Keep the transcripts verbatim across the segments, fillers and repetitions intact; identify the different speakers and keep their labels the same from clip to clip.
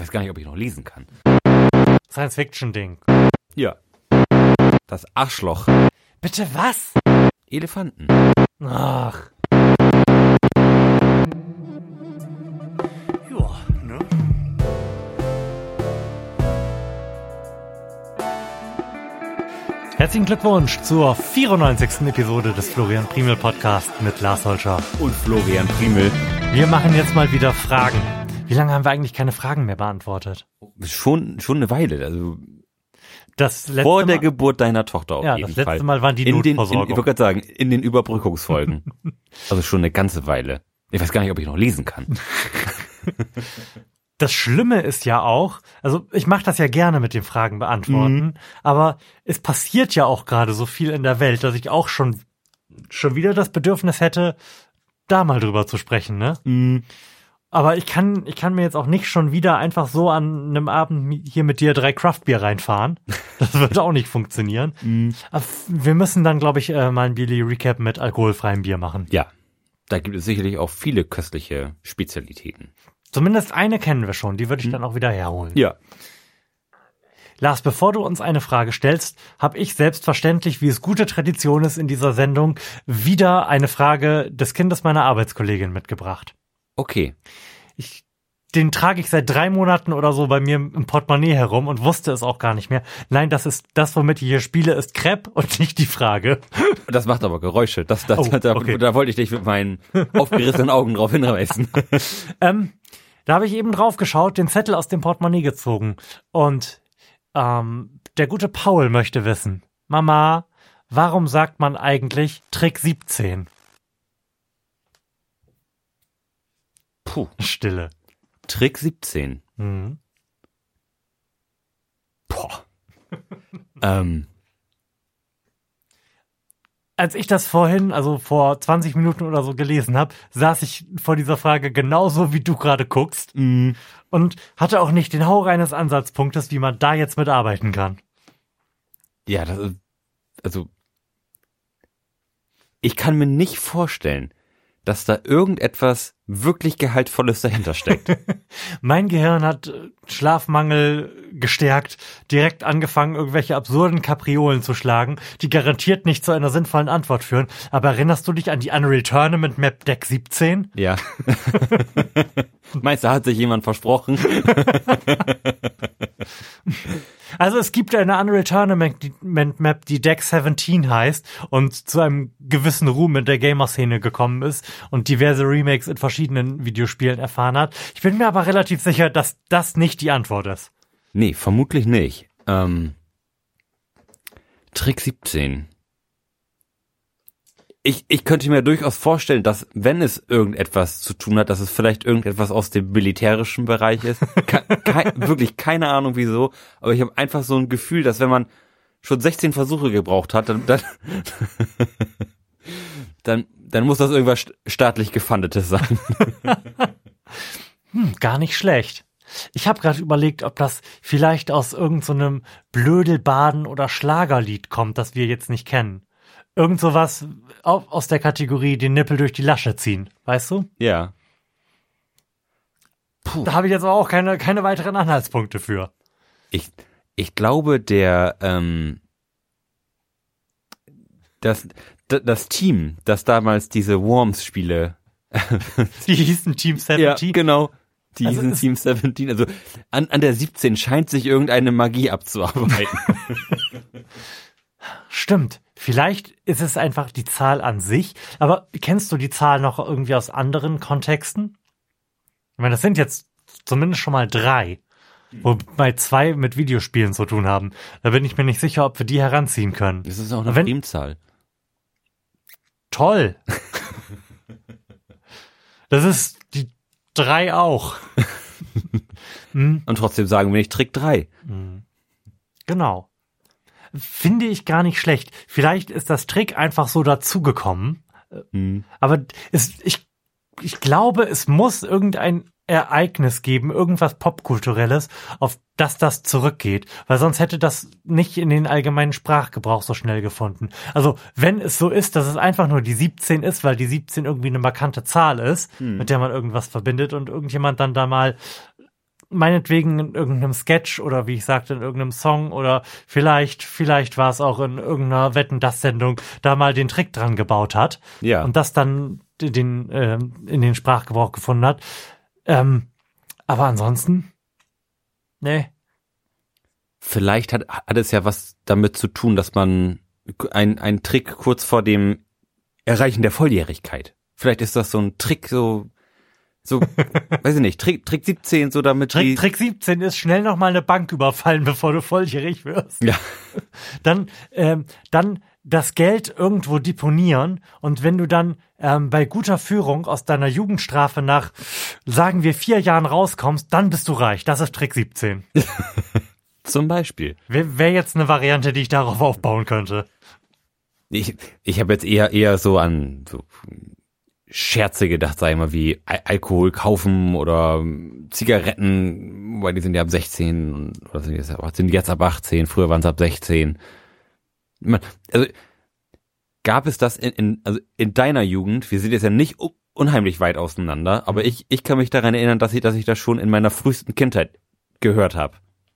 Speaker 1: weiß gar nicht, ob ich noch lesen kann.
Speaker 2: Science-Fiction-Ding.
Speaker 1: Ja. Das Arschloch.
Speaker 2: Bitte was?
Speaker 1: Elefanten.
Speaker 2: Ach. Ja, ne? Herzlichen Glückwunsch zur vierundneunzigsten Episode des Florian Primel Podcast mit Lars Holscher
Speaker 1: Und Florian Primel.
Speaker 2: Wir machen jetzt mal wieder Fragen. Wie lange haben wir eigentlich keine Fragen mehr beantwortet?
Speaker 1: Schon, schon eine Weile, also
Speaker 2: Das letzte
Speaker 1: vor der
Speaker 2: Mal,
Speaker 1: Geburt deiner Tochter auf
Speaker 2: ja,
Speaker 1: jeden
Speaker 2: das letzte
Speaker 1: Fall.
Speaker 2: Mal waren die
Speaker 1: in den, in, ich
Speaker 2: Notversorgung.
Speaker 1: wollte gerade sagen, in den Überbrückungsfolgen. Also schon eine ganze Weile. Ich weiß gar nicht, ob ich noch lesen kann.
Speaker 2: Das Schlimme ist ja auch, also ich mache das ja gerne mit den Fragen beantworten,
Speaker 1: Mhm.
Speaker 2: aber es passiert ja auch gerade so viel in der Welt, dass ich auch schon schon wieder das Bedürfnis hätte, da mal drüber zu sprechen, ne?
Speaker 1: Mhm.
Speaker 2: Aber ich kann ich kann mir jetzt auch nicht schon wieder einfach so an einem Abend hier mit dir drei Craftbier reinfahren. Das wird auch nicht funktionieren.
Speaker 1: Mhm.
Speaker 2: Aber wir müssen dann, glaube ich, äh, mal ein Billy Recap mit alkoholfreiem Bier machen.
Speaker 1: Ja, da gibt es sicherlich auch viele köstliche Spezialitäten.
Speaker 2: Zumindest eine kennen wir schon, die würde ich
Speaker 1: Mhm.
Speaker 2: dann auch wieder herholen.
Speaker 1: Ja.
Speaker 2: Lars, bevor du uns eine Frage stellst, habe ich selbstverständlich, wie es gute Tradition ist in dieser Sendung, wieder eine Frage des Kindes meiner Arbeitskollegin mitgebracht.
Speaker 1: Okay.
Speaker 2: Ich, den trage ich seit drei Monaten oder so bei mir im Portemonnaie herum und wusste es auch gar nicht mehr. Nein, das ist das, womit ich hier spiele, ist Crepe und nicht die Frage.
Speaker 1: Das macht aber Geräusche. Das, das,
Speaker 2: Oh,
Speaker 1: da,
Speaker 2: okay.
Speaker 1: da wollte ich dich mit meinen aufgerissenen Augen drauf hinweisen.
Speaker 2: Ähm, da habe ich eben drauf geschaut, den Zettel aus dem Portemonnaie gezogen und ähm, der gute Paul möchte wissen, Mama, warum sagt man eigentlich Trick siebzehn?
Speaker 1: Puh.
Speaker 2: Stille.
Speaker 1: Trick siebzehn.
Speaker 2: Mhm.
Speaker 1: Boah. ähm,
Speaker 2: Als ich das vorhin, also vor zwanzig Minuten oder so gelesen habe, saß ich vor dieser Frage genauso, wie du gerade guckst
Speaker 1: mh.
Speaker 2: und hatte auch nicht den Hauch eines Ansatzpunktes, wie man da jetzt mitarbeiten kann.
Speaker 1: Ja, das ist, also, ich kann mir nicht vorstellen, dass da irgendetwas wirklich Gehaltvolles dahinter steckt.
Speaker 2: Mein Gehirn hat äh, Schlafmangel gestärkt, direkt angefangen, irgendwelche absurden Kapriolen zu schlagen, die garantiert nicht zu einer sinnvollen Antwort führen. Aber erinnerst du dich an die Unreal Tournament Map Deck siebzehn?
Speaker 1: Ja. Meinst du, hat sich jemand versprochen?
Speaker 2: Also es gibt eine Unreal Tournament Map, die Deck siebzehn heißt und zu einem gewissen Ruhm in der Gamer-Szene gekommen ist und diverse Remakes in verschiedenen Videospielen erfahren hat. Ich bin mir aber relativ sicher, dass das nicht die Antwort ist.
Speaker 1: Nee, vermutlich nicht. Ähm, Trick siebzehn. Ich, ich könnte mir durchaus vorstellen, dass, wenn es irgendetwas zu tun hat, dass es vielleicht irgendetwas aus dem militärischen Bereich ist. Ke- kei- wirklich keine Ahnung wieso, aber ich habe einfach so ein Gefühl, dass wenn man schon sechzehn Versuche gebraucht hat, dann, dann, dann, dann muss das irgendwas st- staatlich Gefundetes sein.
Speaker 2: Hm, gar nicht schlecht. Ich habe gerade überlegt, ob das vielleicht aus irgendeinem so Blödelbaden- oder Schlagerlied kommt, das wir jetzt nicht kennen. Irgend sowas aus der Kategorie den Nippel durch die Lasche ziehen, weißt du?
Speaker 1: Ja. Puh.
Speaker 2: Da habe ich jetzt aber auch keine, keine weiteren Anhaltspunkte für.
Speaker 1: Ich, ich glaube, der, ähm, das, d- das Team, das damals diese Worms-Spiele,
Speaker 2: Die hießen Team siebzehn.
Speaker 1: ja, genau, die
Speaker 2: Also
Speaker 1: hießen
Speaker 2: es-
Speaker 1: Team siebzehn, also an, an der siebzehn scheint sich irgendeine Magie abzuarbeiten.
Speaker 2: Stimmt. Vielleicht ist es einfach die Zahl an sich. Aber kennst du die Zahl noch irgendwie aus anderen Kontexten? Ich meine, das sind jetzt zumindest schon mal drei. Wobei zwei mit Videospielen zu tun haben. Da bin ich mir nicht sicher, ob wir die heranziehen können.
Speaker 1: Das ist auch eine
Speaker 2: Wenn-
Speaker 1: Primzahl.
Speaker 2: Toll. Das ist die drei auch. Hm,
Speaker 1: Und trotzdem sagen wir nicht Trick drei.
Speaker 2: genau. Finde ich gar nicht schlecht. Vielleicht ist das Trick einfach so dazugekommen.
Speaker 1: Hm.
Speaker 2: Aber es, ich, ich glaube, es muss irgendein Ereignis geben, irgendwas Popkulturelles, auf das das zurückgeht. Weil sonst hätte das nicht in den allgemeinen Sprachgebrauch so schnell gefunden. Also wenn es so ist, dass es einfach nur die siebzehn ist, weil die siebzehn irgendwie eine markante Zahl ist,
Speaker 1: Hm.
Speaker 2: mit der man irgendwas verbindet und irgendjemand dann da mal meinetwegen in irgendeinem Sketch oder wie ich sagte, in irgendeinem Song oder vielleicht, vielleicht war es auch in irgendeiner Wetten-dass-Sendung, da mal den Trick dran gebaut hat.
Speaker 1: Ja.
Speaker 2: Und das dann den, ähm, in den Sprachgebrauch gefunden hat. Ähm, aber ansonsten, nee.
Speaker 1: Vielleicht hat, hat es ja was damit zu tun, dass man ein, ein Trick kurz vor dem Erreichen der Volljährigkeit. Vielleicht ist das so ein Trick, so, so, weiß ich nicht, Trick, Trick siebzehn, so damit
Speaker 2: Trick,
Speaker 1: die,
Speaker 2: Trick siebzehn ist schnell nochmal eine Bank überfallen, bevor du volljährig wirst.
Speaker 1: ja,
Speaker 2: Dann, ähm, dann das Geld irgendwo deponieren und wenn du dann ähm, bei guter Führung aus deiner Jugendstrafe nach, sagen wir, vier Jahren rauskommst, dann bist du reich. Das ist Trick siebzehn.
Speaker 1: zum Beispiel.
Speaker 2: Wäre wär jetzt eine Variante, die ich darauf aufbauen könnte.
Speaker 1: Ich, ich habe jetzt eher, eher so an so Scherze gedacht, sag ich mal, wie Al- Alkohol kaufen oder Zigaretten, weil die sind ja ab sechzehn, oder sind die jetzt ab, sind die jetzt ab achtzehn, früher waren es ab sechzehn. Man, also, gab es das in, in, also in deiner Jugend, wir sind jetzt ja nicht u- unheimlich weit auseinander, aber ich, ich kann mich daran erinnern, dass ich, dass ich das schon in meiner frühesten Kindheit gehört habe.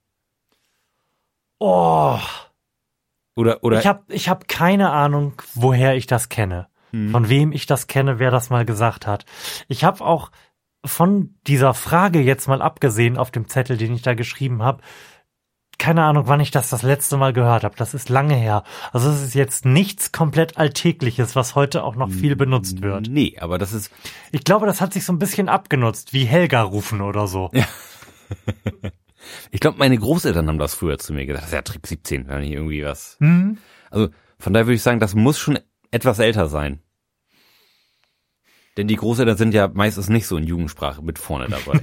Speaker 2: Oh,
Speaker 1: Oder, oder,
Speaker 2: ich habe ich hab keine Ahnung, woher ich das kenne.
Speaker 1: Hm.
Speaker 2: Von wem ich das kenne, wer das mal gesagt hat. Ich habe auch von dieser Frage jetzt mal abgesehen auf dem Zettel, den ich da geschrieben habe, keine Ahnung, wann ich das das letzte Mal gehört habe. Das ist lange her. Also es ist jetzt nichts komplett Alltägliches, was heute auch noch viel benutzt wird.
Speaker 1: Nee, aber das ist,
Speaker 2: Ich glaube, das hat sich so ein bisschen abgenutzt, wie Helga rufen oder so.
Speaker 1: Ja. Ich glaube, meine Großeltern haben das früher zu mir gesagt. Das ist ja Trick siebzehn, wenn ich irgendwie was.
Speaker 2: Hm?
Speaker 1: Also von daher würde ich sagen, das muss schon etwas älter sein. Denn die Großeltern sind ja meistens nicht so in Jugendsprache mit vorne dabei.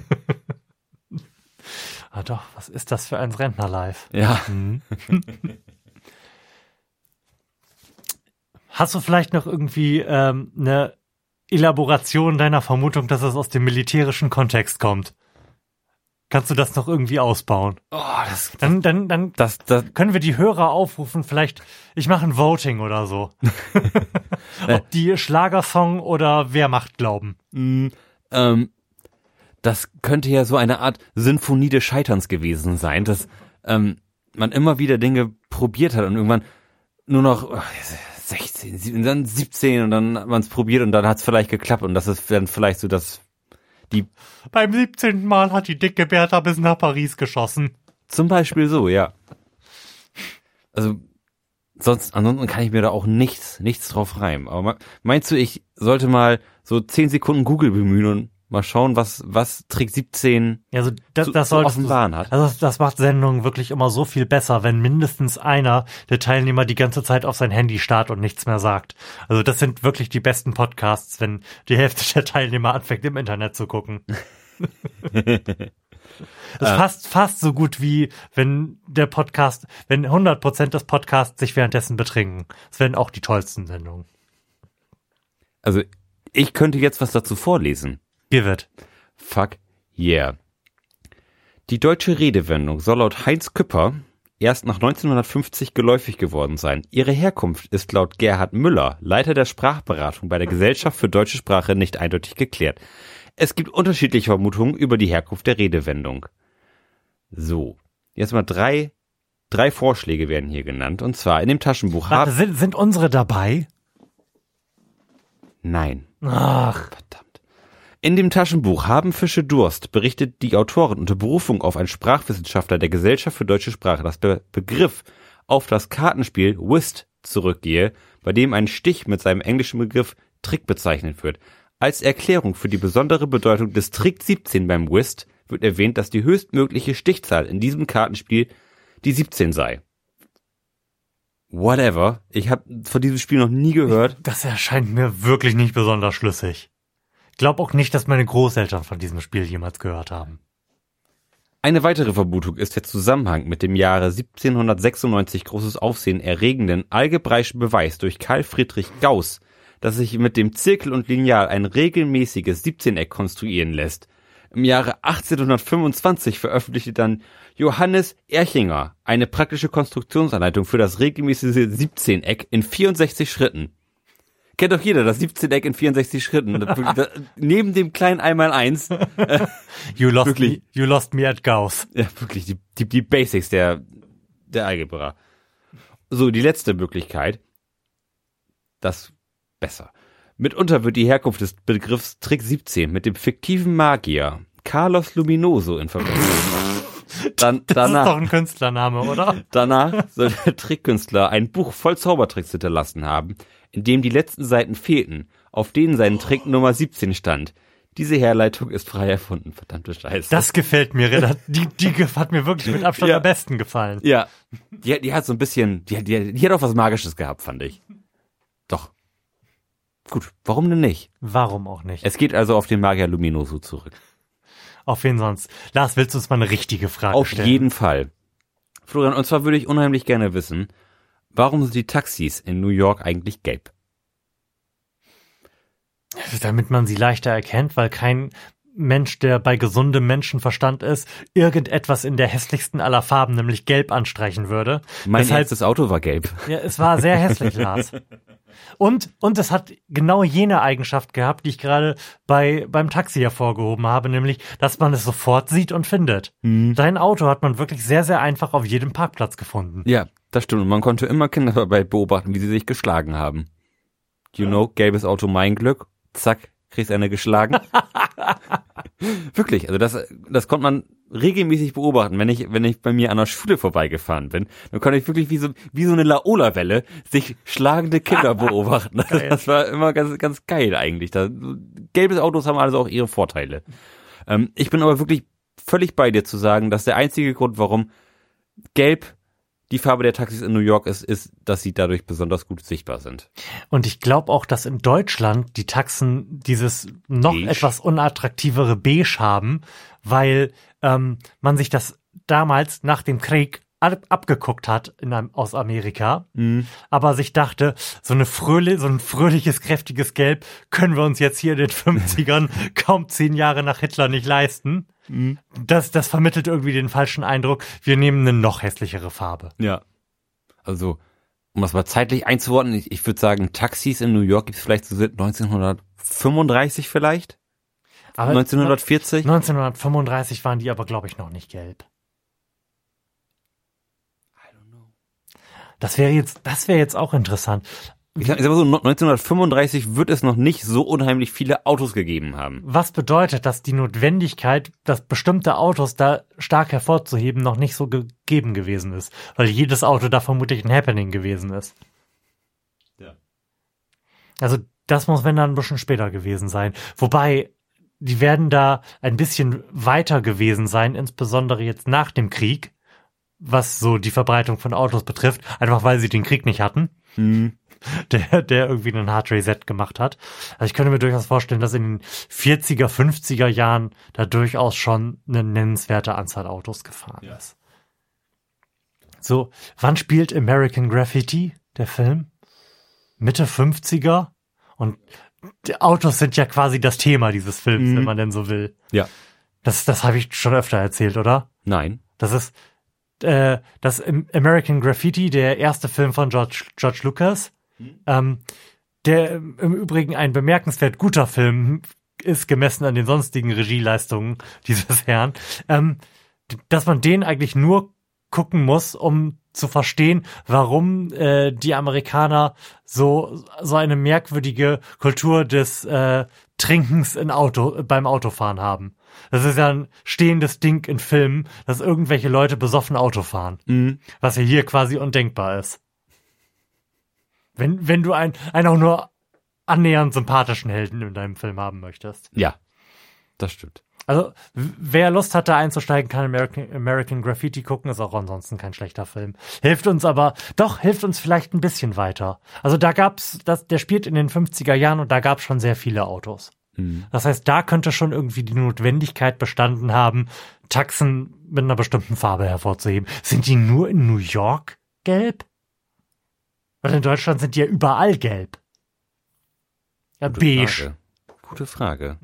Speaker 2: Ah doch, was ist das für ein Rentner-Live?
Speaker 1: Ja.
Speaker 2: Hm. Hast du vielleicht noch irgendwie ähm, eine Elaboration deiner Vermutung, dass es aus dem militärischen Kontext kommt? Kannst du das noch irgendwie ausbauen?
Speaker 1: Oh, das,
Speaker 2: Dann, dann, dann
Speaker 1: das, das,
Speaker 2: können wir die Hörer aufrufen, vielleicht, ich mache ein Voting oder so. Ob die Schlagersong oder Wehrmacht glauben.
Speaker 1: mh, ähm, das könnte ja so eine Art Sinfonie des Scheiterns gewesen sein, dass ähm, man immer wieder Dinge probiert hat und irgendwann nur noch oh, sechzehn, siebzehn, dann siebzehn und dann hat man es probiert und dann hat es vielleicht geklappt und das ist dann vielleicht so das, die,
Speaker 2: Beim siebzehnten Mal hat die dicke Bertha bis nach Paris geschossen.
Speaker 1: zum Beispiel so, ja. Also, sonst, ansonsten kann ich mir da auch nichts, nichts drauf reimen. Aber meinst du, ich sollte mal so zehn Sekunden Google bemühen und mal schauen, was, was Trick siebzehn
Speaker 2: Also das,
Speaker 1: so,
Speaker 2: das
Speaker 1: so
Speaker 2: solltest du-
Speaker 1: offenbaren hat?
Speaker 2: Also das, das macht Sendungen wirklich immer so viel besser, wenn mindestens einer der Teilnehmer die ganze Zeit auf sein Handy starrt und nichts mehr sagt. Also das sind wirklich die besten Podcasts, wenn die Hälfte der Teilnehmer anfängt, im Internet zu gucken. Das ist fast, fast so gut wie, wenn der Podcast, wenn hundert Prozent des Podcasts sich währenddessen betrinken. Das wären auch die tollsten Sendungen.
Speaker 1: Also, ich könnte jetzt was dazu vorlesen.
Speaker 2: Give it.
Speaker 1: Fuck yeah. Die deutsche Redewendung soll laut Heinz Küpper erst nach neunzehnhundertfünfzig geläufig geworden sein. Ihre Herkunft ist laut Gerhard Müller, Leiter der Sprachberatung bei der Gesellschaft für deutsche Sprache, nicht eindeutig geklärt. Es gibt unterschiedliche Vermutungen über die Herkunft der Redewendung. So, jetzt mal drei, drei Vorschläge werden hier genannt. Und zwar in dem Taschenbuch
Speaker 2: Warte,
Speaker 1: haben...
Speaker 2: sind, sind unsere dabei?
Speaker 1: Nein.
Speaker 2: Ach,
Speaker 1: Verdammt. In dem Taschenbuch Haben Fische Durst berichtet die Autorin unter Berufung auf einen Sprachwissenschaftler der Gesellschaft für deutsche Sprache, dass der Begriff auf das Kartenspiel Whist zurückgehe, bei dem ein Stich mit seinem englischen Begriff Trick bezeichnet wird. Als Erklärung für die besondere Bedeutung des Trick siebzehn beim Whist wird erwähnt, dass die höchstmögliche Stichzahl in diesem Kartenspiel die siebzehn sei. Whatever. Ich habe von diesem Spiel noch nie gehört.
Speaker 2: das erscheint mir wirklich nicht besonders schlüssig. Ich glaube auch nicht, dass meine Großeltern von diesem Spiel jemals gehört haben.
Speaker 1: Eine weitere Vermutung ist der Zusammenhang mit dem Jahre siebzehnhundertsechsundneunzig großes Aufsehen erregenden algebraischen Beweis durch Carl Friedrich Gauß, dass sich mit dem Zirkel und Lineal ein regelmäßiges Siebzehneck konstruieren lässt. Im Jahre achtzehnhundertfünfundzwanzig veröffentlichte dann Johannes Erchinger eine praktische Konstruktionsanleitung für das regelmäßige Siebzehneck in vierundsechzig Schritten. kennt doch jeder, das siebzehn Eck in vierundsechzig Schritten. Das, das, neben dem kleinen Einmaleins. Äh,
Speaker 2: you lost
Speaker 1: wirklich,
Speaker 2: me, you lost me at Gauss.
Speaker 1: Ja, wirklich, die, die, die Basics der, der Algebra. So, die letzte Möglichkeit. Das besser. Mitunter wird die Herkunft des Begriffs Trick siebzehn mit dem fiktiven Magier Carlos Luminoso in Verbindung. Dann,
Speaker 2: das
Speaker 1: danach,
Speaker 2: ist doch ein Künstlername, oder?
Speaker 1: Danach soll der Trickkünstler ein Buch voll Zaubertricks hinterlassen haben, in dem die letzten Seiten fehlten, auf denen sein Trick Nummer siebzehn stand. Diese Herleitung ist frei erfunden, verdammte Scheiße.
Speaker 2: Das gefällt mir, die, die hat mir wirklich mit Abstand
Speaker 1: Ja.
Speaker 2: am besten gefallen.
Speaker 1: Ja, die, die hat so ein bisschen, die, die, die hat auch was Magisches gehabt, fand ich. Doch. Gut, warum denn nicht?
Speaker 2: Warum auch nicht?
Speaker 1: Es geht also auf den Magier Luminoso zurück.
Speaker 2: Auf wen sonst? Lars, willst du uns mal eine richtige Frage
Speaker 1: Auf
Speaker 2: stellen?
Speaker 1: jeden Fall. Florian, und zwar würde ich unheimlich gerne wissen, warum sind die Taxis in New York eigentlich gelb?
Speaker 2: Damit man sie leichter erkennt, weil kein Mensch, der bei gesundem Menschenverstand ist, irgendetwas in der hässlichsten aller Farben, nämlich gelb, anstreichen würde.
Speaker 1: Mein
Speaker 2: Deshalb-
Speaker 1: erstes Auto war gelb.
Speaker 2: Ja, es war sehr hässlich, Lars. Und, und es hat genau jene Eigenschaft gehabt, die ich gerade bei, beim Taxi hervorgehoben habe, nämlich, dass man es sofort sieht und findet.
Speaker 1: Mhm.
Speaker 2: Dein Auto hat man wirklich sehr, sehr einfach auf jedem Parkplatz gefunden.
Speaker 1: Ja, das stimmt. Und man konnte immer Kinder dabei beobachten, wie sie sich geschlagen haben. You know, gelbes Auto, mein Glück. Zack, kriegst eine geschlagen. Wirklich, also das, das konnte man regelmäßig beobachten, wenn ich, wenn ich bei mir an der Schule vorbeigefahren bin. Dann konnte ich wirklich wie so, wie so eine Laola-Welle sich schlagende Kinder beobachten. Das war immer ganz, ganz geil eigentlich. Da, gelbe Autos haben also auch ihre Vorteile. Ähm, ich bin aber wirklich völlig bei dir zu sagen, dass der einzige Grund, warum gelb die Farbe der Taxis in New York ist, ist, dass sie dadurch besonders gut sichtbar sind.
Speaker 2: Und ich glaube auch, dass in Deutschland die Taxen dieses noch
Speaker 1: Beige.
Speaker 2: etwas unattraktivere Beige haben, weil ähm, man sich das damals nach dem Krieg ab abgeguckt hat in einem, aus Amerika,
Speaker 1: Mhm.
Speaker 2: aber sich dachte, so eine fröhlich, so ein fröhliches, kräftiges Gelb können wir uns jetzt hier in den fünfzigern kaum zehn Jahre nach Hitler nicht leisten.
Speaker 1: Mhm.
Speaker 2: Das, das vermittelt irgendwie den falschen Eindruck, wir nehmen eine noch hässlichere Farbe.
Speaker 1: Ja. Also, um das mal zeitlich einzuordnen, ich, ich würde sagen, Taxis in New York gibt es vielleicht so seit neunzehnhundertfünfunddreißig vielleicht?
Speaker 2: Aber
Speaker 1: neunzehnhundertvierzig?
Speaker 2: neunzehnhundertfünfunddreißig waren die aber, glaube ich, noch nicht gelb.
Speaker 1: I don't know.
Speaker 2: Das wäre jetzt, das wäre jetzt auch interessant.
Speaker 1: Ich sag, ich sag mal so, neunzehnhundertfünfunddreißig wird es noch nicht so unheimlich viele Autos gegeben haben.
Speaker 2: Was bedeutet, dass die Notwendigkeit, dass bestimmte Autos da stark hervorzuheben, noch nicht so gegeben gewesen ist? Weil jedes Auto da vermutlich ein Happening gewesen ist.
Speaker 1: Ja.
Speaker 2: Also das muss, wenn dann ein bisschen später gewesen sein. Wobei, die werden da ein bisschen weiter gewesen sein, insbesondere jetzt nach dem Krieg, was so die Verbreitung von Autos betrifft, einfach weil sie den Krieg nicht hatten.
Speaker 1: Hm.
Speaker 2: Der, der irgendwie einen Hard Reset gemacht hat. Also ich könnte mir durchaus vorstellen, dass in den vierziger, fünfziger Jahren da durchaus schon eine nennenswerte Anzahl Autos gefahren
Speaker 1: Ja.
Speaker 2: ist. So, wann spielt American Graffiti, der Film? Mitte fünfziger? Und die Autos sind ja quasi das Thema dieses Films,
Speaker 1: Mhm.
Speaker 2: wenn man denn so will.
Speaker 1: Ja.
Speaker 2: Das, das habe ich schon öfter erzählt, oder?
Speaker 1: Nein.
Speaker 2: Das ist äh, das American Graffiti, der erste Film von George, George Lucas, ähm, der im Übrigen ein bemerkenswert guter Film ist, gemessen an den sonstigen Regieleistungen dieses Herrn, ähm, dass man den eigentlich nur gucken muss, um zu verstehen, warum äh, die Amerikaner so so eine merkwürdige Kultur des äh, Trinkens in Auto beim Autofahren haben. Das ist ja ein stehendes Ding in Filmen, dass irgendwelche Leute besoffen Auto fahren,
Speaker 1: Mhm.
Speaker 2: was ja hier quasi undenkbar ist. Wenn wenn du einen, einen auch nur annähernd sympathischen Helden in deinem Film haben möchtest.
Speaker 1: Ja. Das stimmt.
Speaker 2: Also, w- wer Lust hat, da einzusteigen, kann American, American Graffiti gucken, ist auch ansonsten kein schlechter Film. Hilft uns aber, doch, hilft uns vielleicht ein bisschen weiter. Also da gab's, das, der spielt in den fünfziger Jahren und da gab's schon sehr viele Autos.
Speaker 1: Mhm.
Speaker 2: Das heißt, da könnte schon irgendwie die Notwendigkeit bestanden haben, Taxen mit einer bestimmten Farbe hervorzuheben. Sind die nur in New York gelb? Weil in Deutschland sind die ja überall gelb. Ja,
Speaker 1: Gute
Speaker 2: beige.
Speaker 1: Frage. Gute Frage.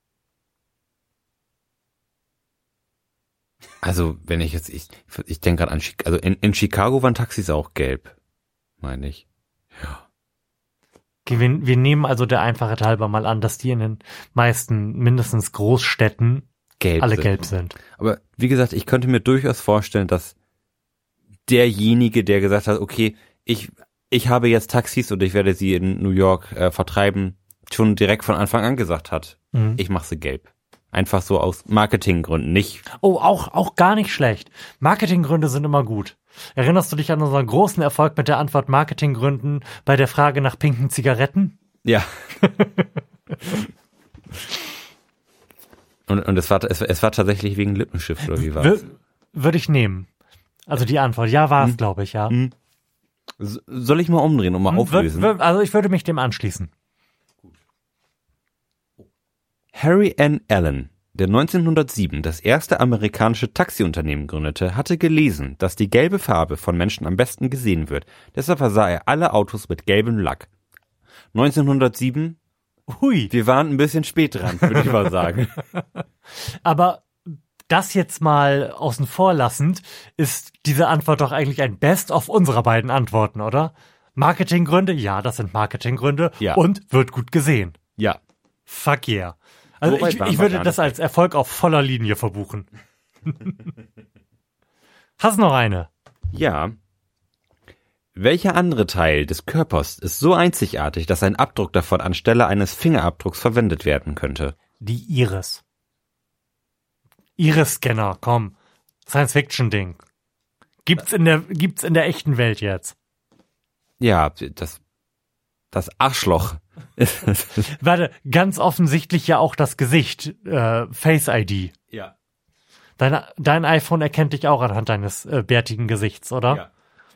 Speaker 1: Also, wenn ich jetzt, ich, ich denke gerade an, Chi- also in, in Chicago waren Taxis auch gelb, meine ich. Ja.
Speaker 2: Okay, wir, wir nehmen also der Einfachheit halber mal an, dass die in den meisten, mindestens Großstädten,
Speaker 1: gelb
Speaker 2: alle
Speaker 1: sind.
Speaker 2: gelb sind.
Speaker 1: Aber wie gesagt, ich könnte mir durchaus vorstellen, dass derjenige, der gesagt hat, okay, ich ich habe jetzt Taxis und ich werde sie in New York äh, vertreiben, schon direkt von Anfang an gesagt hat,
Speaker 2: Mhm.
Speaker 1: ich mache sie gelb. Einfach so aus Marketinggründen, nicht.
Speaker 2: Oh, auch, auch gar nicht schlecht. Marketinggründe sind immer gut. Erinnerst du dich an unseren großen Erfolg mit der Antwort Marketinggründen bei der Frage nach pinken Zigaretten?
Speaker 1: Ja. und und es war es, es war tatsächlich wegen Lippenstift oder wie war es?
Speaker 2: Wür- Würde ich nehmen. Also die Antwort, ja, war es,
Speaker 1: Hm.
Speaker 2: glaube ich, ja.
Speaker 1: Hm. S- Soll ich mal umdrehen und mal
Speaker 2: Hm,
Speaker 1: auflösen?
Speaker 2: würd- würd- also ich würde mich dem anschließen.
Speaker 1: Harry N. Allen, der neunzehnhundertsieben das erste amerikanische Taxiunternehmen gründete, hatte gelesen, dass die gelbe Farbe von Menschen am besten gesehen wird. Deshalb versah er alle Autos mit gelbem Lack. neunzehnhundertsieben,
Speaker 2: Hui.
Speaker 1: wir waren ein bisschen spät dran, würde ich mal sagen.
Speaker 2: Aber das jetzt mal außen vor lassend, ist diese Antwort doch eigentlich ein Best-of unserer beiden Antworten, oder? Marketinggründe? Ja, das sind Marketinggründe.
Speaker 1: Ja.
Speaker 2: Und wird gut gesehen.
Speaker 1: Ja,
Speaker 2: Fuck yeah. Also
Speaker 1: So weit
Speaker 2: ich,
Speaker 1: waren
Speaker 2: ich
Speaker 1: wir
Speaker 2: würde
Speaker 1: gar
Speaker 2: das
Speaker 1: nicht.
Speaker 2: als Erfolg auf voller Linie verbuchen. Hast noch eine?
Speaker 1: ja. Welcher andere Teil des Körpers ist so einzigartig, dass ein Abdruck davon anstelle eines Fingerabdrucks verwendet werden könnte?
Speaker 2: Die Iris. Iris-Scanner, komm. Science-Fiction-Ding. Gibt's in der, gibt's in der echten Welt jetzt.
Speaker 1: Ja, das das Arschloch.
Speaker 2: Warte, ganz offensichtlich ja auch das Gesicht, äh, Face I D.
Speaker 1: ja.
Speaker 2: Dein, dein iPhone erkennt dich auch anhand deines äh, bärtigen Gesichts, oder?
Speaker 1: Ja.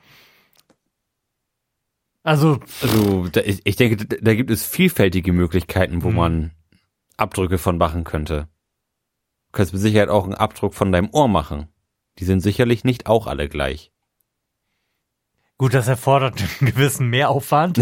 Speaker 2: Also,
Speaker 1: Also da, ich, ich denke, da, da gibt es vielfältige Möglichkeiten, wo
Speaker 2: Mhm.
Speaker 1: man Abdrücke von machen könnte. Du kannst mit Sicherheit auch einen Abdruck von deinem Ohr machen. Die sind sicherlich nicht auch alle gleich.
Speaker 2: gut, das erfordert einen gewissen Mehraufwand.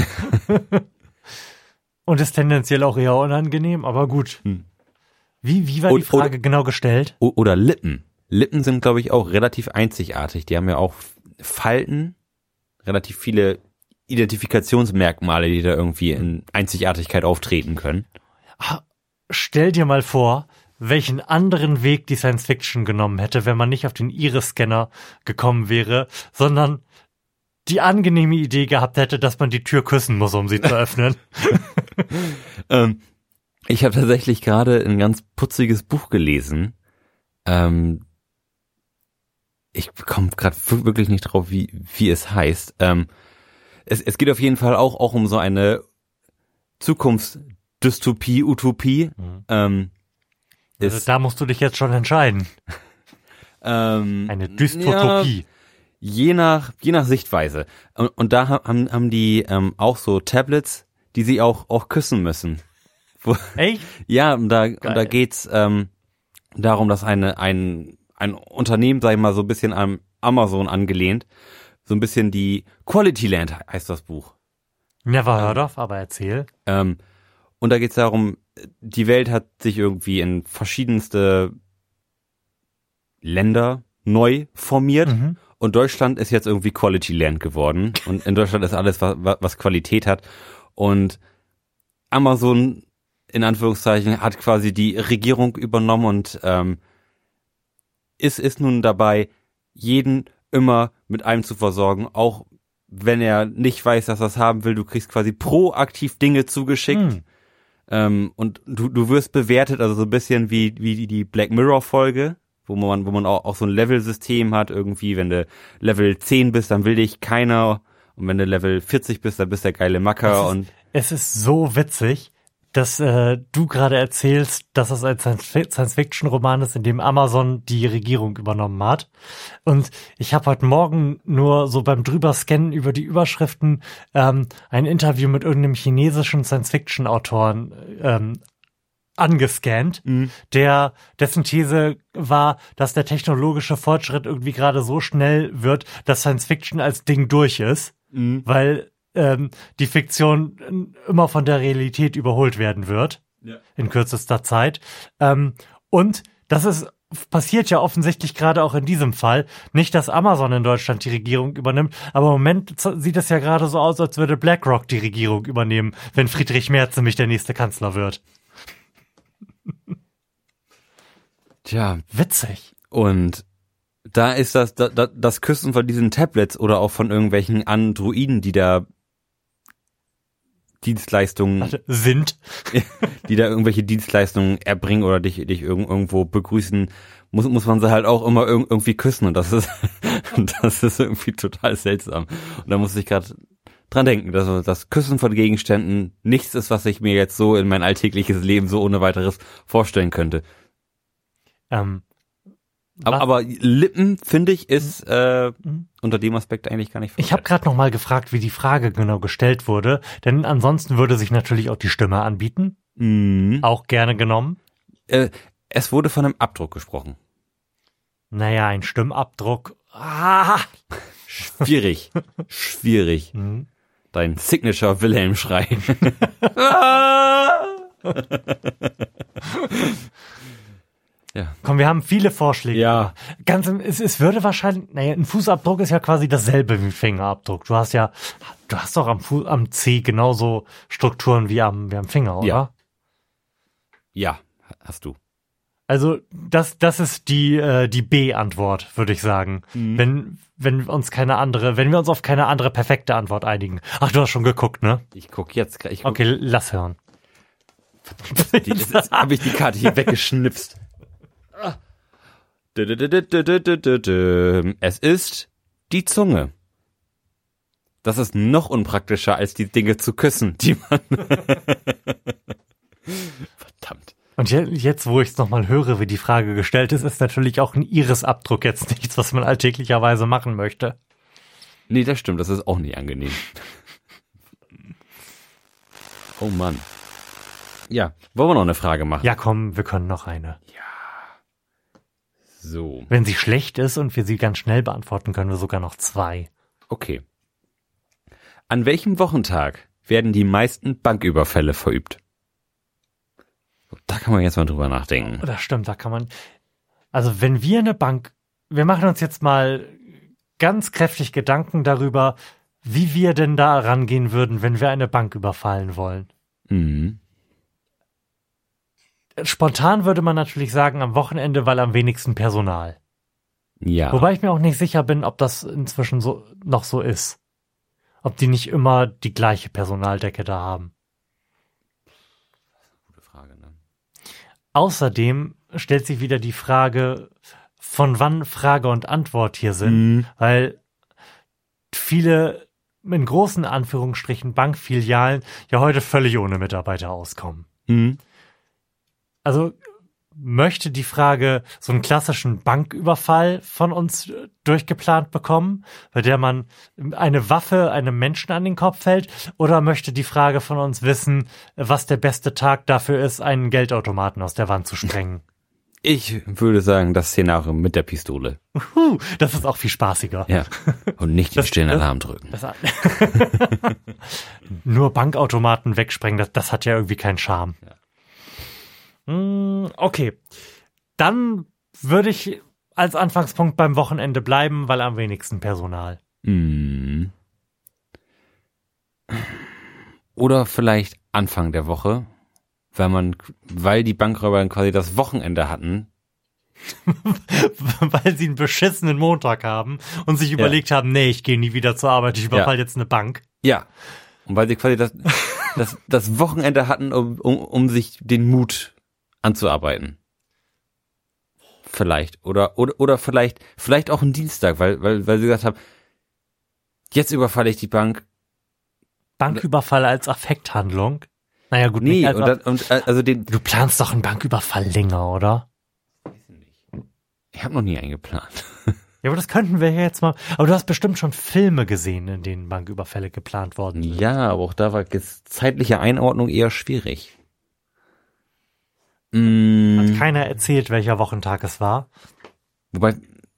Speaker 2: Und ist tendenziell auch eher unangenehm, aber gut.
Speaker 1: Hm.
Speaker 2: Wie, wie war
Speaker 1: Und-
Speaker 2: die Frage genau gestellt?
Speaker 1: O oder Lippen. Lippen sind, glaube ich, auch relativ einzigartig. Die haben ja auch Falten, relativ viele Identifikationsmerkmale, die da irgendwie in Einzigartigkeit auftreten können.
Speaker 2: Ah, Stell dir mal vor, welchen anderen Weg die Science Fiction genommen hätte, wenn man nicht auf den Iris-Scanner gekommen wäre, sondern die angenehme Idee gehabt hätte, dass man die Tür küssen muss, um sie zu öffnen.
Speaker 1: Ähm, ich habe tatsächlich gerade ein ganz putziges Buch gelesen. Ähm, ich komme gerade wirklich nicht drauf, wie wie es heißt. Ähm, es, es geht auf jeden Fall auch auch um so eine Zukunftsdystopie, Utopie.
Speaker 2: Mhm.
Speaker 1: Ähm,
Speaker 2: Also
Speaker 1: ist,
Speaker 2: da musst du dich jetzt schon entscheiden.
Speaker 1: ähm,
Speaker 2: Eine
Speaker 1: ja,
Speaker 2: Dystopie.
Speaker 1: je nach je nach Sichtweise. Und, und da haben haben die ähm, auch so Tablets, die sie auch auch küssen müssen. Wo,
Speaker 2: Echt?
Speaker 1: ja, und da und da
Speaker 2: Geil.
Speaker 1: geht's ähm, darum, dass eine ein ein Unternehmen, sag ich mal, so ein bisschen am Amazon angelehnt, so ein bisschen die Quality Land heißt das Buch.
Speaker 2: Never heard of, aber erzähl.
Speaker 1: Ähm, und da geht's darum, die Welt hat sich irgendwie in verschiedenste Länder neu formiert.
Speaker 2: Mhm.
Speaker 1: Und Deutschland ist jetzt irgendwie Quality Land geworden. Und in Deutschland ist alles, was, was Qualität hat. Und Amazon, in Anführungszeichen, hat quasi die Regierung übernommen und ähm, ist, ist nun dabei, jeden immer mit einem zu versorgen, auch wenn er nicht weiß, dass er es haben will. Du kriegst quasi proaktiv Dinge zugeschickt.
Speaker 2: Hm.
Speaker 1: Ähm, und du, du wirst bewertet, also so ein bisschen wie, wie die Black Mirror Folge, wo man, wo man auch, auch so ein Level-System hat irgendwie. Wenn du Level zehn bist, dann will dich keiner. Und wenn du Level vierzig bist, dann bist der geile Macker.
Speaker 2: Das ist-
Speaker 1: Und
Speaker 2: Es ist so witzig, dass äh, du gerade erzählst, dass es ein Science-Fiction-Roman ist, in dem Amazon die Regierung übernommen hat. Und ich habe heute Morgen nur so beim Drüberscannen über die Überschriften ähm, ein Interview mit irgendeinem chinesischen Science-Fiction-Autoren ähm, angescannt,
Speaker 1: Mhm.
Speaker 2: der dessen These war, dass der technologische Fortschritt irgendwie gerade so schnell wird, dass Science-Fiction als Ding durch ist,
Speaker 1: Mhm.
Speaker 2: weil ähm, die Fiktion immer von der Realität überholt werden wird
Speaker 1: Ja.
Speaker 2: in kürzester Zeit. Ähm, und das ist passiert ja offensichtlich gerade auch in diesem Fall. Nicht, dass Amazon in Deutschland die Regierung übernimmt, aber im Moment z- sieht es ja gerade so aus, als würde BlackRock die Regierung übernehmen, wenn Friedrich Merz nämlich der nächste Kanzler wird.
Speaker 1: Tja,
Speaker 2: Witzig.
Speaker 1: und da ist das, da, da, das Küssen von diesen Tablets oder auch von irgendwelchen Androiden, die da Dienstleistungen,
Speaker 2: Warte, sind.
Speaker 1: die da irgendwelche Dienstleistungen erbringen oder dich, dich irg- irgendwo begrüßen, muss, muss man sie halt auch immer irg- irgendwie küssen und das ist, das ist irgendwie total seltsam. Und da muss ich gerade dran denken, dass das Küssen von Gegenständen nichts ist, was ich mir jetzt so in mein alltägliches Leben so ohne weiteres vorstellen könnte.
Speaker 2: Ähm,
Speaker 1: Aber,
Speaker 2: was-
Speaker 1: aber Lippen, finde ich, ist äh,
Speaker 2: Mhm.
Speaker 1: unter dem Aspekt eigentlich gar nicht
Speaker 2: Ich habe gerade noch mal gefragt, wie die Frage genau gestellt wurde, denn ansonsten würde sich natürlich auch die Stimme anbieten.
Speaker 1: Mhm.
Speaker 2: Auch gerne genommen.
Speaker 1: Äh, es wurde von einem Abdruck gesprochen.
Speaker 2: Naja, ein Stimmabdruck. Ah.
Speaker 1: Schwierig. Schwierig.
Speaker 2: Mhm.
Speaker 1: Dein Signature Wilhelm-Schrei. Ja.
Speaker 2: Komm, wir haben viele Vorschläge.
Speaker 1: Ja.
Speaker 2: Ganz im, es, es würde wahrscheinlich, naja, ein Fußabdruck ist ja quasi dasselbe wie ein Fingerabdruck. Du hast ja, du hast doch am, Fu- am C genauso Strukturen wie am, wie am Finger, oder?
Speaker 1: Ja. Ja, hast du.
Speaker 2: Also das, das ist die, äh, die B-Antwort, würde ich sagen.
Speaker 1: Mhm.
Speaker 2: Wenn, wenn wir uns keine andere, wenn wir uns auf keine andere perfekte Antwort einigen. Ach, du hast schon geguckt, ne?
Speaker 1: Ich guck jetzt. Ich guck,
Speaker 2: Okay, lass hören.
Speaker 1: die, jetzt jetzt habe ich die Karte hier weggeschnipst. Ah. Dö, dö, dö, dö, dö, dö, dö, dö. Es ist die Zunge. Das ist noch unpraktischer, als die Dinge zu küssen, die man... Verdammt.
Speaker 2: Und je, jetzt, wo ich es nochmal höre, wie die Frage gestellt ist, ist natürlich auch ein Iris-Abdruck jetzt nichts, was man alltäglicherweise machen möchte.
Speaker 1: Nee, das stimmt, das ist auch nicht angenehm. Oh Mann. Ja, wollen wir noch eine Frage machen?
Speaker 2: Ja, komm, wir können noch eine.
Speaker 1: So,
Speaker 2: Wenn sie schlecht ist und wir sie ganz schnell beantworten, können wir sogar noch zwei.
Speaker 1: okay. An welchem Wochentag werden die meisten Banküberfälle verübt? Da kann man jetzt mal drüber nachdenken.
Speaker 2: Das stimmt, da kann man. Also wenn wir eine Bank, wir machen uns jetzt mal ganz kräftig Gedanken darüber, wie wir denn da rangehen würden, wenn wir eine Bank überfallen wollen.
Speaker 1: Mhm.
Speaker 2: Spontan würde man natürlich sagen, am Wochenende, weil am wenigsten Personal.
Speaker 1: Ja.
Speaker 2: Wobei ich mir auch nicht sicher bin, ob das inzwischen so noch so ist. Ob die nicht immer die gleiche Personaldecke da haben.
Speaker 1: Gute Frage, ne?
Speaker 2: Außerdem stellt sich wieder die Frage, von wann Frage und Antwort hier sind,
Speaker 1: Mhm.
Speaker 2: weil viele in großen Anführungsstrichen Bankfilialen ja heute völlig ohne Mitarbeiter auskommen.
Speaker 1: Mhm.
Speaker 2: Also möchte die Frage so einen klassischen Banküberfall von uns äh, durchgeplant bekommen, bei der man eine Waffe einem Menschen an den Kopf hält, oder möchte die Frage von uns wissen, was der beste Tag dafür ist, einen Geldautomaten aus der Wand zu sprengen?
Speaker 1: Ich würde sagen, das Szenario mit der Pistole.
Speaker 2: Huh, das ist auch viel spaßiger.
Speaker 1: Ja. Und nicht den
Speaker 2: Das-
Speaker 1: stillen
Speaker 2: das-
Speaker 1: Alarm drücken.
Speaker 2: Das, nur Bankautomaten wegsprengen, das, das hat ja irgendwie keinen Charme.
Speaker 1: Ja.
Speaker 2: Mm, okay, dann würde ich als Anfangspunkt beim Wochenende bleiben, weil am wenigsten Personal.
Speaker 1: Mhm. Oder vielleicht Anfang der Woche, weil man, weil die Bankräuber quasi das Wochenende hatten.
Speaker 2: Weil sie einen beschissenen Montag haben und sich überlegt haben, nee, ich gehe nie wieder zur Arbeit, ich überfall
Speaker 1: Ja.
Speaker 2: jetzt eine Bank.
Speaker 1: Ja. Und weil sie quasi das, das, das Wochenende hatten, um, um, um sich den Mut anzuarbeiten. Vielleicht. Oder, oder, oder vielleicht, vielleicht auch ein Dienstag, weil, weil, weil sie gesagt haben, jetzt überfalle ich die Bank.
Speaker 2: Banküberfall als Affekthandlung? Naja, gut,
Speaker 1: Nee,
Speaker 2: nicht als
Speaker 1: und, dann, und äh, also den,
Speaker 2: Du planst doch einen Banküberfall länger, oder?
Speaker 1: ich habe noch nie einen geplant.
Speaker 2: Ja, aber das könnten wir ja jetzt mal. Aber du hast bestimmt schon Filme gesehen, in denen Banküberfälle geplant worden sind.
Speaker 1: Ja, aber auch da war jetzt zeitliche Einordnung eher schwierig. Mm,
Speaker 2: Hat keiner erzählt, welcher Wochentag es war.
Speaker 1: wobei,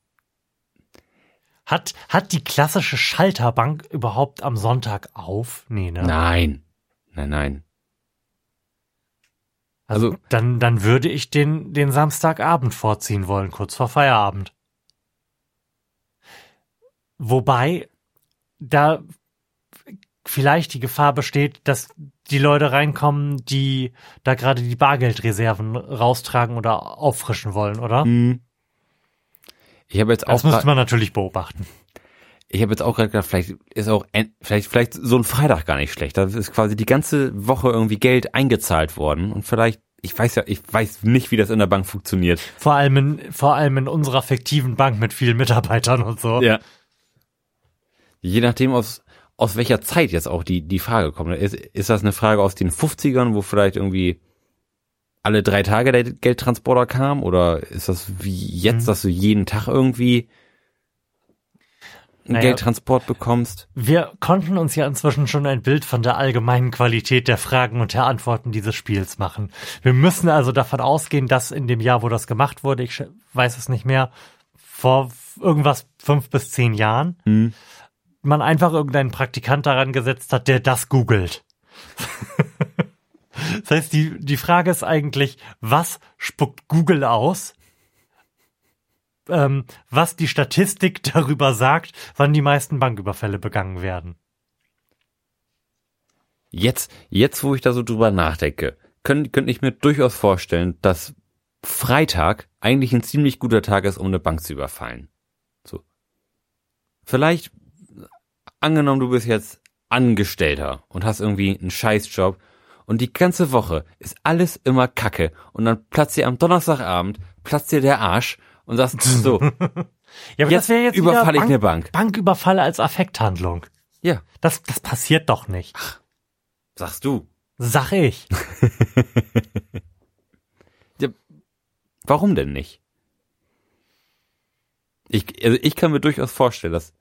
Speaker 2: Hat, hat die klassische Schalterbank überhaupt am Sonntag auf? Nee, ne?
Speaker 1: nein. Nein, nein.
Speaker 2: Also,
Speaker 1: Also-
Speaker 2: dann, dann würde ich den, den Samstagabend vorziehen wollen, kurz vor Feierabend. Wobei da vielleicht die Gefahr besteht, dass die Leute reinkommen, die da gerade die Bargeldreserven raustragen oder auffrischen wollen, oder?
Speaker 1: Hm. Ich habe jetzt
Speaker 2: Das
Speaker 1: auch
Speaker 2: müsste man natürlich beobachten.
Speaker 1: Ich habe jetzt auch gerade gedacht, vielleicht ist auch en- vielleicht vielleicht so ein Freitag gar nicht schlecht. Da ist quasi die ganze Woche irgendwie Geld eingezahlt worden und vielleicht, ich weiß ja, ich weiß nicht, wie das in der Bank funktioniert.
Speaker 2: Vor allem in, vor allem in unserer fiktiven Bank mit vielen Mitarbeitern und so.
Speaker 1: Ja. Je nachdem aus aus welcher Zeit jetzt auch die die Frage kommt. Ist, ist das eine Frage aus den fünfzigern, wo vielleicht irgendwie alle drei Tage der Geldtransporter kam, oder ist das wie jetzt,
Speaker 2: Mhm.
Speaker 1: dass du jeden Tag irgendwie einen
Speaker 2: Naja.
Speaker 1: Geldtransport bekommst?
Speaker 2: Wir konnten uns ja inzwischen schon ein Bild von der allgemeinen Qualität der Fragen und der Antworten dieses Spiels machen. Wir müssen also davon ausgehen, dass in dem Jahr, wo das gemacht wurde, ich sch- weiß es nicht mehr, vor irgendwas fünf bis zehn Jahren,
Speaker 1: Hm.
Speaker 2: man einfach irgendeinen Praktikant daran gesetzt hat, der das googelt. Das heißt, die, die Frage ist eigentlich, was spuckt Google aus? Ähm, was die Statistik darüber sagt, wann die meisten Banküberfälle begangen werden.
Speaker 1: Jetzt, jetzt, wo ich da so drüber nachdenke, könnte könnte ich mir durchaus vorstellen, dass Freitag eigentlich ein ziemlich guter Tag ist, um eine Bank zu überfallen. So. Vielleicht, angenommen, du bist jetzt Angestellter und hast irgendwie einen Scheißjob und die ganze Woche ist alles immer Kacke und dann platzt dir am Donnerstagabend, platzt dir der Arsch und sagst so,
Speaker 2: Ja, aber
Speaker 1: jetzt,
Speaker 2: das wäre jetzt wieder
Speaker 1: überfalle ich
Speaker 2: Bank-
Speaker 1: eine Bank.
Speaker 2: Banküberfalle als Affekthandlung.
Speaker 1: Ja,
Speaker 2: Das, das passiert doch nicht.
Speaker 1: sagst du.
Speaker 2: Sag ich.
Speaker 1: Warum denn nicht? Ich, also ich kann mir durchaus vorstellen, dass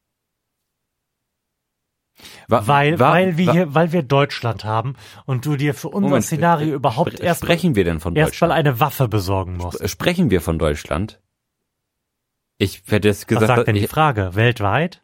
Speaker 1: Wa-
Speaker 2: Weil,
Speaker 1: wa-
Speaker 2: weil, wir
Speaker 1: wa-
Speaker 2: hier, weil wir Deutschland haben und du dir für unser
Speaker 1: Moment,
Speaker 2: Szenario
Speaker 1: äh,
Speaker 2: überhaupt
Speaker 1: spre-
Speaker 2: erst,
Speaker 1: sprechen wir denn von
Speaker 2: erst mal
Speaker 1: Deutschland?
Speaker 2: eine Waffe besorgen musst.
Speaker 1: Sp- Sprechen wir von Deutschland? Ich hätte jetzt
Speaker 2: Was
Speaker 1: gesagt,
Speaker 2: sagt denn die
Speaker 1: ich,
Speaker 2: Frage? Weltweit?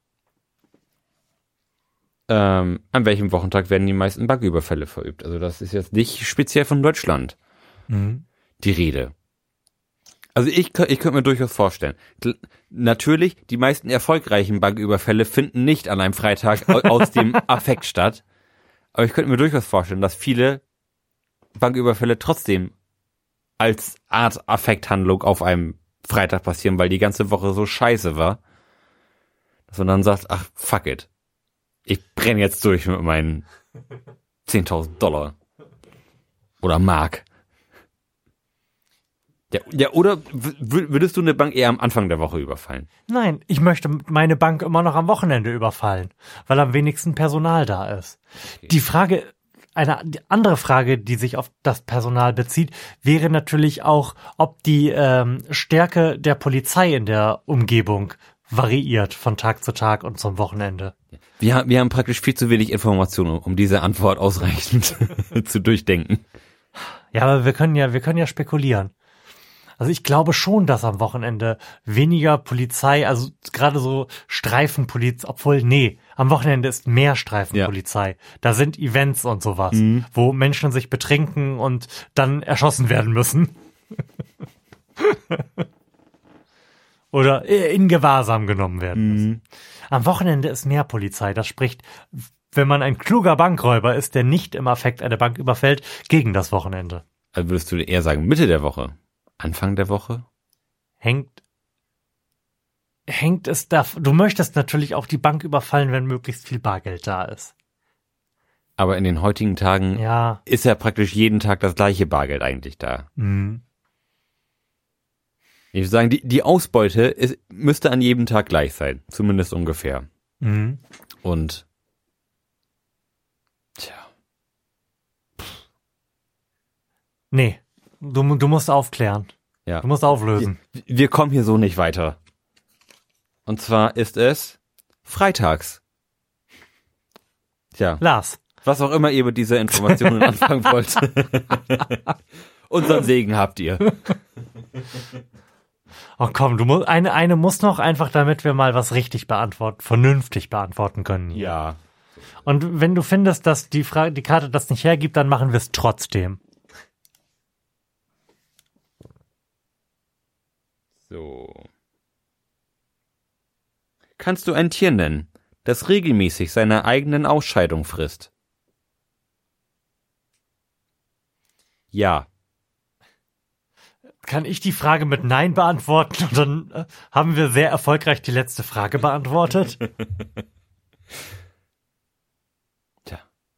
Speaker 1: ähm, an welchem Wochentag werden die meisten Banküberfälle verübt? Also das ist jetzt nicht speziell von Deutschland
Speaker 2: Mhm.
Speaker 1: die Rede. Also ich, kö- ich könnte mir durchaus vorstellen. Kl- Natürlich, die meisten erfolgreichen Banküberfälle finden nicht an einem Freitag au- aus dem Affekt statt. Aber ich könnte mir durchaus vorstellen, dass viele Banküberfälle trotzdem als Art Affekthandlung auf einem Freitag passieren, weil die ganze Woche so scheiße war. Dass man dann sagt, ach, fuck it. Ich brenne jetzt durch mit meinen zehntausend Dollar. Oder Mark. Ja, ja, oder w- w- würdest du eine Bank eher am Anfang der Woche überfallen?
Speaker 2: Nein, ich möchte meine Bank immer noch am Wochenende überfallen, weil am wenigsten Personal da ist. Die Frage, eine die andere Frage, die sich auf das Personal bezieht, wäre natürlich auch, ob die ähm, Stärke der Polizei in der Umgebung variiert von Tag zu Tag und zum Wochenende.
Speaker 1: Wir, ha- wir haben praktisch viel zu wenig Informationen, um diese Antwort ausreichend zu durchdenken.
Speaker 2: Ja, aber wir können ja, wir können ja spekulieren. Also ich glaube schon, dass am Wochenende weniger Polizei, also gerade so Streifenpolizei, obwohl, nee, am Wochenende ist mehr Streifenpolizei. Da sind Events und sowas,
Speaker 1: Mhm.
Speaker 2: wo Menschen sich betrinken und dann erschossen werden müssen. Oder in Gewahrsam genommen werden müssen. Am Wochenende ist mehr Polizei. Das spricht, wenn man ein kluger Bankräuber ist, der nicht im Affekt eine Bank überfällt, gegen das Wochenende.
Speaker 1: Also würdest du eher sagen Mitte der Woche? Anfang der Woche?
Speaker 2: Hängt, hängt es da, du möchtest natürlich auch die Bank überfallen, wenn möglichst viel Bargeld da ist.
Speaker 1: Aber in den heutigen Tagen
Speaker 2: Ja.
Speaker 1: ist ja praktisch jeden Tag das gleiche Bargeld eigentlich da.
Speaker 2: Mhm.
Speaker 1: Ich würde sagen, die, die Ausbeute ist, müsste an jedem Tag gleich sein. Zumindest ungefähr.
Speaker 2: Mhm.
Speaker 1: Und tja,
Speaker 2: Nee, du, du musst aufklären.
Speaker 1: ja.
Speaker 2: Du musst auflösen.
Speaker 1: Wir kommen hier so nicht weiter. Und zwar ist es freitags. Tja,
Speaker 2: Lars.
Speaker 1: was auch immer ihr mit dieser Information anfangen wollt. Unseren Segen habt ihr.
Speaker 2: Oh komm, du musst, eine, eine muss noch einfach, damit wir mal was richtig beantworten, vernünftig beantworten können. hier.
Speaker 1: Ja.
Speaker 2: Und wenn du findest, dass die Frage, die Karte das nicht hergibt, dann machen wir es trotzdem.
Speaker 1: So. Kannst du ein Tier nennen, das regelmäßig seine eigenen Ausscheidung frisst? Ja.
Speaker 2: Kann ich die Frage mit Nein beantworten und dann äh, haben wir sehr erfolgreich die letzte Frage beantwortet?
Speaker 1: Tja.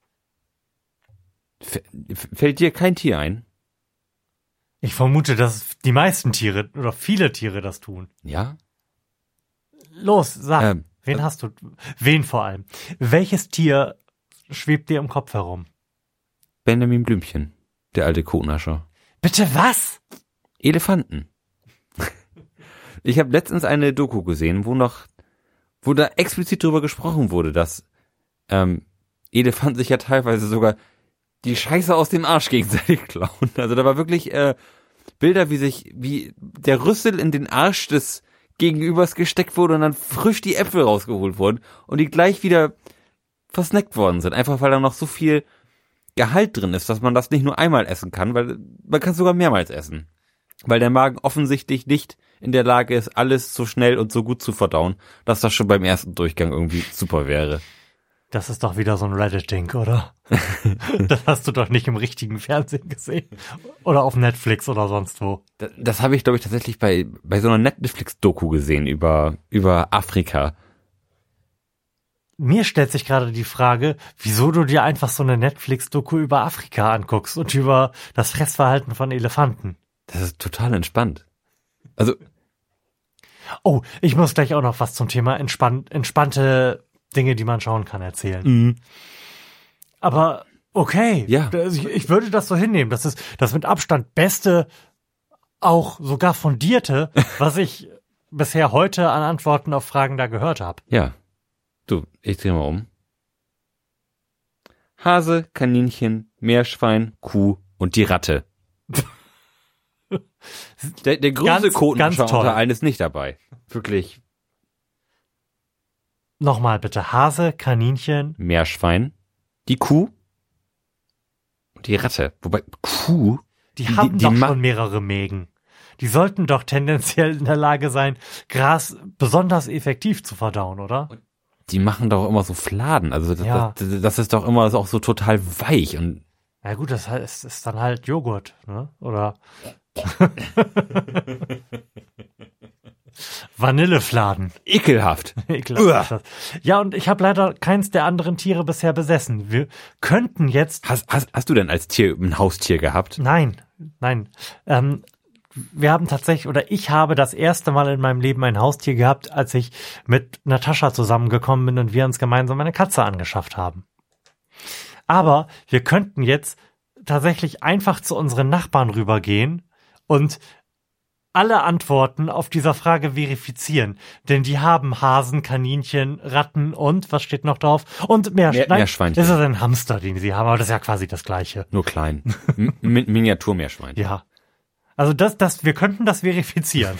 Speaker 1: F- fällt dir kein Tier ein?
Speaker 2: Ich vermute, dass die meisten Tiere oder viele Tiere das tun.
Speaker 1: Ja?
Speaker 2: Los, sag,
Speaker 1: Ähm,
Speaker 2: wen hast du? Wen vor allem? Welches Tier schwebt dir im Kopf herum?
Speaker 1: Benjamin Blümchen, der alte Kotnascher.
Speaker 2: Bitte was?
Speaker 1: Elefanten. Ich habe letztens eine Doku gesehen, wo noch, wo da explizit drüber gesprochen wurde, dass ähm, Elefanten sich ja teilweise sogar die Scheiße aus dem Arsch gegenseitig klauen. Also da war wirklich äh, Bilder, wie sich, wie der Rüssel in den Arsch des Gegenübers gesteckt wurde und dann frisch die Äpfel rausgeholt wurden und die gleich wieder versnackt worden sind. Einfach weil da noch so viel Gehalt drin ist, dass man das nicht nur einmal essen kann, weil man kann es sogar mehrmals essen. Weil der Magen offensichtlich nicht in der Lage ist, alles so schnell und so gut zu verdauen, dass das schon beim ersten Durchgang irgendwie super wäre.
Speaker 2: Das ist doch wieder so ein Reddit-Ding, oder? Das hast du doch nicht im richtigen Fernsehen gesehen. Oder auf Netflix oder sonst wo.
Speaker 1: Das, das habe ich, glaube ich, tatsächlich bei bei so einer Netflix-Doku gesehen über über Afrika.
Speaker 2: Mir stellt sich gerade die Frage, wieso du dir einfach so eine Netflix-Doku über Afrika anguckst und über das Fressverhalten von Elefanten.
Speaker 1: Das ist total entspannt. Also,
Speaker 2: Oh, ich muss gleich auch noch was zum Thema entspann- entspannte Dinge, die man schauen kann, erzählen.
Speaker 1: mh,
Speaker 2: Aber okay,
Speaker 1: Ja.
Speaker 2: Also ich, ich würde das so hinnehmen. Das ist das mit Abstand beste, auch sogar fundierte, was ich bisher heute an Antworten auf Fragen da gehört habe.
Speaker 1: ja. Du, ich drehe mal um. Hase, Kaninchen, Meerschwein, Kuh und die Ratte. Der, der größte
Speaker 2: Ganz,
Speaker 1: Kotnascher
Speaker 2: ganz toll.
Speaker 1: unter allen ist nicht dabei. Wirklich.
Speaker 2: Nochmal bitte. Hase, Kaninchen.
Speaker 1: Meerschwein, die Kuh und die Ratte. Wobei, Kuh?
Speaker 2: Die,
Speaker 1: Die-
Speaker 2: haben
Speaker 1: die
Speaker 2: doch
Speaker 1: ma-
Speaker 2: schon mehrere Mägen. Die sollten doch tendenziell in der Lage sein, Gras besonders effektiv zu verdauen, oder?
Speaker 1: Die machen doch immer so Fladen. Also das,
Speaker 2: Ja.
Speaker 1: das, das ist doch immer auch so total weich und
Speaker 2: Na gut, das heißt, es ist dann halt Joghurt, ne? Oder Vanillefladen.
Speaker 1: ekelhaft.
Speaker 2: Ekelhaft ist das. Ja, und ich habe leider keins der anderen Tiere bisher besessen. Wir könnten jetzt...
Speaker 1: Hast, hast, hast du denn als Tier ein Haustier gehabt?
Speaker 2: Nein, nein. Ähm, wir haben tatsächlich, oder ich habe das erste Mal in meinem Leben ein Haustier gehabt, als ich mit Natascha zusammengekommen bin und wir uns gemeinsam eine Katze angeschafft haben. Aber wir könnten jetzt tatsächlich einfach zu unseren Nachbarn rübergehen und alle Antworten auf dieser Frage verifizieren. Denn die haben Hasen, Kaninchen, Ratten und, was steht noch drauf? Und Meersch-
Speaker 1: Meer-
Speaker 2: Nein,
Speaker 1: Meerschweinchen.
Speaker 2: Das ist ein Hamster, den sie haben, aber das ist ja quasi das Gleiche.
Speaker 1: Nur klein. M Mi- Miniaturmeerschwein.
Speaker 2: Ja. Also das, das, wir könnten das verifizieren.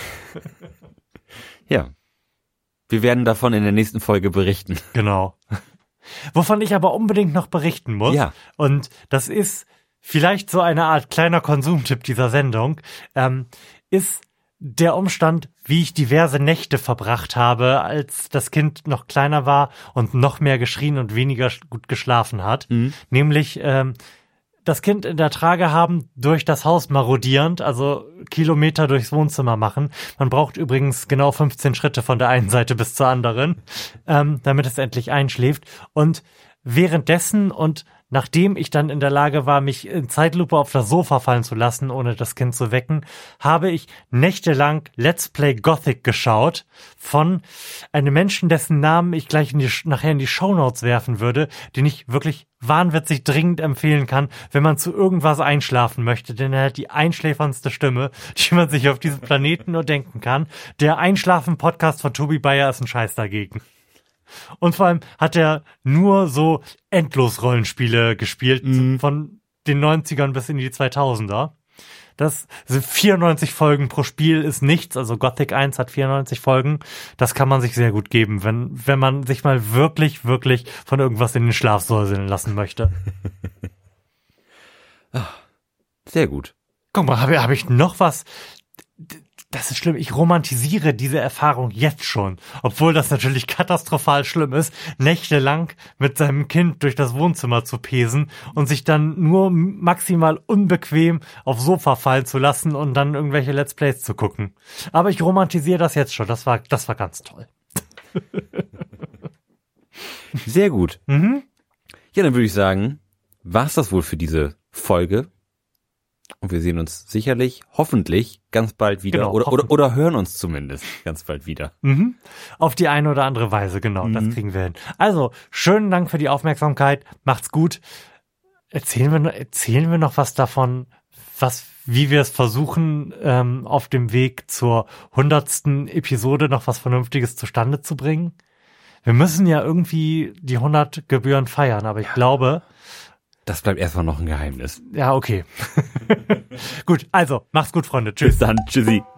Speaker 1: Ja. Wir werden davon in der nächsten Folge berichten.
Speaker 2: Genau. Wovon ich aber unbedingt noch berichten muss.
Speaker 1: Ja.
Speaker 2: Und das ist vielleicht so eine Art kleiner Konsumtipp dieser Sendung, ähm, ist der Umstand, wie ich diverse Nächte verbracht habe, als das Kind noch kleiner war und noch mehr geschrien und weniger sch- gut geschlafen hat.
Speaker 1: Mhm.
Speaker 2: Nämlich ähm, das Kind in der Trage haben, durch das Haus marodierend, also Kilometer durchs Wohnzimmer machen. Man braucht übrigens genau fünfzehn Schritte von der einen Seite bis zur anderen, ähm, damit es endlich einschläft. Und währenddessen und nachdem ich dann in der Lage war, mich in Zeitlupe auf das Sofa fallen zu lassen, ohne das Kind zu wecken, habe ich nächtelang Let's Play Gothic geschaut von einem Menschen, dessen Namen ich gleich in die, nachher in die Shownotes werfen würde, den ich wirklich wahnwitzig dringend empfehlen kann, wenn man zu irgendwas einschlafen möchte, denn er hat die einschläferndste Stimme, die man sich auf diesem Planeten nur denken kann. Der Einschlafen-Podcast von Tobi Bayer ist ein Scheiß dagegen. Und vor allem hat er nur so Endlos-Rollenspiele gespielt,
Speaker 1: Mhm.
Speaker 2: von den neunzigern bis in die zweitausender. Das sind vierundneunzig Folgen pro Spiel ist nichts, also Gothic eins hat vierundneunzig Folgen. Das kann man sich sehr gut geben, wenn, wenn man sich mal wirklich, wirklich von irgendwas in den Schlaf säuseln lassen möchte.
Speaker 1: Sehr gut.
Speaker 2: Guck mal, habe hab ich noch was? das ist schlimm. Ich romantisiere diese Erfahrung jetzt schon. Obwohl das natürlich katastrophal schlimm ist, nächtelang mit seinem Kind durch das Wohnzimmer zu pesen und sich dann nur maximal unbequem aufs Sofa fallen zu lassen und dann irgendwelche Let's Plays zu gucken. Aber ich romantisiere das jetzt schon. Das war, das war ganz toll.
Speaker 1: Sehr gut.
Speaker 2: Mhm.
Speaker 1: Ja, dann würde ich sagen, war's das wohl für diese Folge. Und wir sehen uns sicherlich, hoffentlich, ganz bald wieder.
Speaker 2: Genau,
Speaker 1: oder, oder, oder hören uns zumindest ganz bald wieder.
Speaker 2: Mhm. Auf die eine oder andere Weise, genau. Mhm. Das kriegen wir hin. Also, schönen Dank für die Aufmerksamkeit. Macht's gut. Erzählen wir, noch, erzählen wir noch was davon, was, wie wir es versuchen, ähm, auf dem Weg zur hundertsten Episode noch was Vernünftiges zustande zu bringen. Wir müssen ja irgendwie die hundert Gebühren feiern, aber ich ja. glaube...
Speaker 1: Das bleibt erstmal noch ein Geheimnis.
Speaker 2: Ja, okay. Gut, also, macht's gut, Freunde. Tschüss.
Speaker 1: Bis dann. Tschüssi.